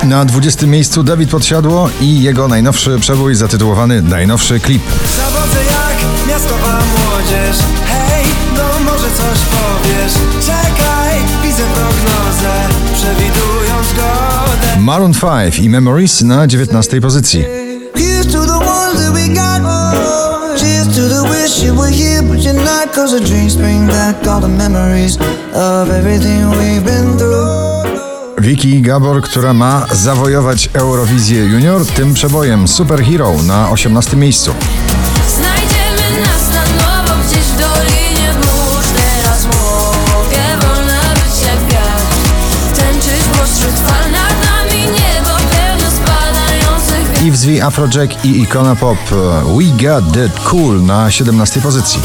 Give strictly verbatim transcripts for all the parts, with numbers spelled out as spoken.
Na dwudziestym miejscu Dawid Podsiadło i jego najnowszy przebój zatytułowany Najnowszy klip. Zawodzę jak miastowa młodzież. Hej, no może coś powiesz. Czekaj, widzę prognozę, przewidują zgodę. Maroon pięć i Memories na dziewiętnastej pozycji. Here's to the ones that we got. Cheers to the wish you were here, but you're not. Cause the dreams bring back all the memories of everything we've been through. Wiki Gabor, która ma zawojować Eurowizję Junior tym przebojem Superhero na osiemnastym miejscu. Znajdziemy nas na nowo gdzieś w dolinie mórz. Teraz mówię, wolna być jak wiatr. Tańczyć w ostrzu fal, nad nami niebo pełno spadających gwiazd. Yves V, Afrojack i Ikona Pop We Got That Cool na siedemnastej pozycji.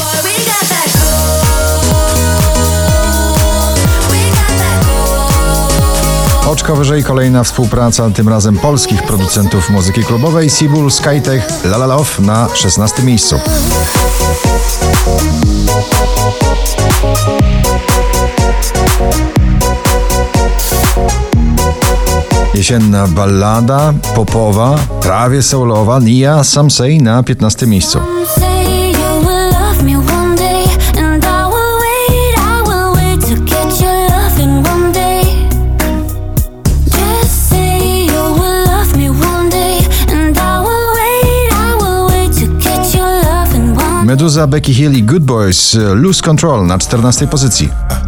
Oczko wyżej kolejna współpraca, tym razem polskich producentów muzyki klubowej Seabull, Skytech, La La Love na szesnastym miejscu. Jesienna ballada, popowa, prawie soulowa Nia Some Say na piętnastym miejscu. Meduza, Becky Hill i Good Boys Lose Control na czternastej pozycji.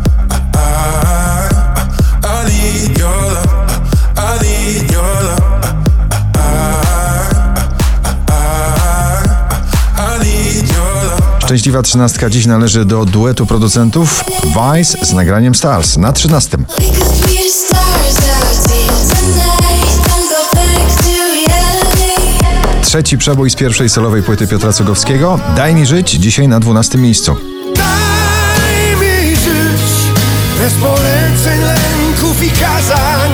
Szczęśliwa trzynastka dziś należy do duetu producentów Vice z nagraniem Stars na trzynastym. Trzeci przebój z pierwszej solowej płyty Piotra Cugowskiego Daj mi żyć, dzisiaj na dwunastym miejscu. Daj mi żyć bez poleceń, lęków i kazań.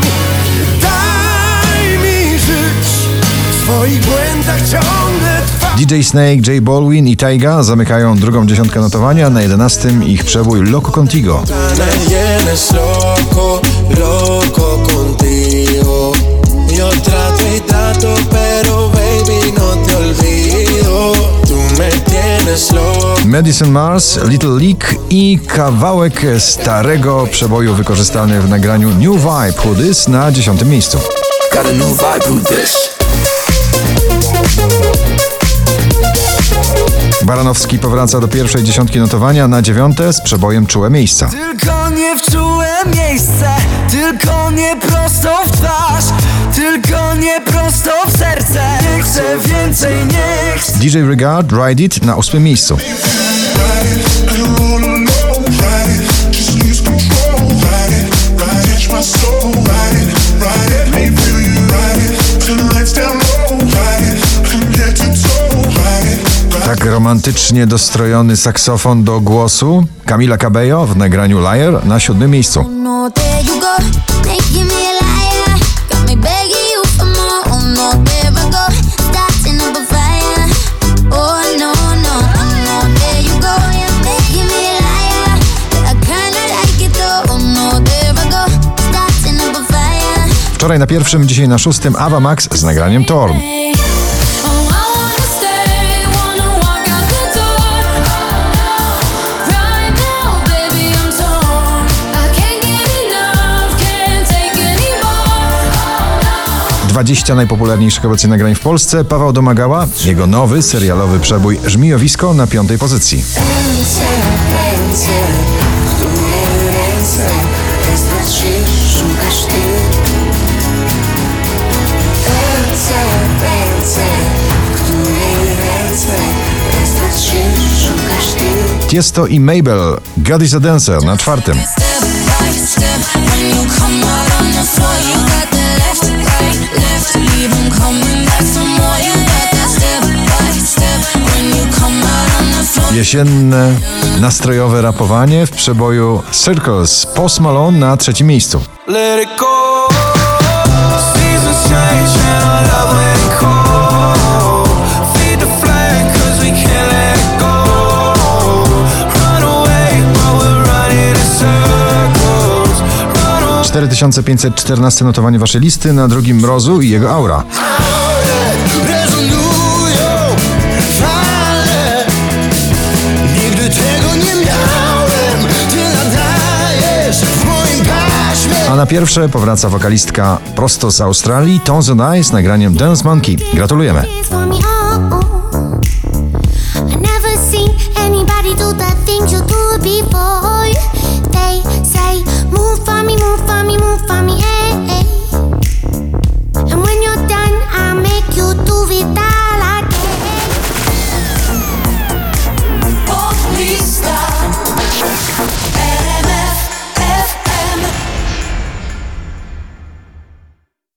Daj mi żyć w swoich błędach ciągle trwa. D J Snake, J Balwin i Tyga zamykają drugą dziesiątkę notowania, na jedenastym ich przebój Loco Contigo. Madison Mars, Little League i kawałek starego przeboju wykorzystany w nagraniu New Vibe Who This na dziesiątym miejscu. Baranowski powraca do pierwszej dziesiątki notowania, na dziewiąte z przebojem Czułe miejsca. Tylko nie w czułe miejsce, tylko nie prosto w twarz, tylko nie prosto w serce. Nie chcę więcej, nie chcę. D J Regard, Ride It na ósmym miejscu. Tak romantycznie dostrojony saksofon do głosu Camila Cabello w nagraniu Liar na siódmym miejscu. Wczoraj na pierwszym, dzisiaj na szóstym Ava Max z nagraniem Torn. dwadzieścia najpopularniejszych obecnie nagrań w Polsce. Paweł Domagała, jego nowy serialowy przebój Żmijowisko na piątej pozycji. Ręce, ręce, w które ręce, bez patrzysz, szukasz ty. Ręce, ręce, w które ręce, bez patrzysz, szukasz ty. Tiesto i Mabel, God is a Dancer na czwartym. Jesienne, nastrojowe rapowanie w przeboju Circles Post Malone na trzecim miejscu. Let it go. Seasons change and our love ain't cold. Feed the flame 'cause we can't let go. Run away while we're running in circles. cztery tysiące pięćset czternaste notowanie waszej listy, na drugim Mrozu i jego Aura. Rezonują fale. Nigdy tego nie miałem. Ty nadajesz w moim paśmie. A na pierwsze powraca wokalistka prosto z Australii, Tones and I z nagraniem Dance Monkey. Gratulujemy. For me, oh, oh. I never seen anybody do the things you do before. They say, move for me, move for me, move for me.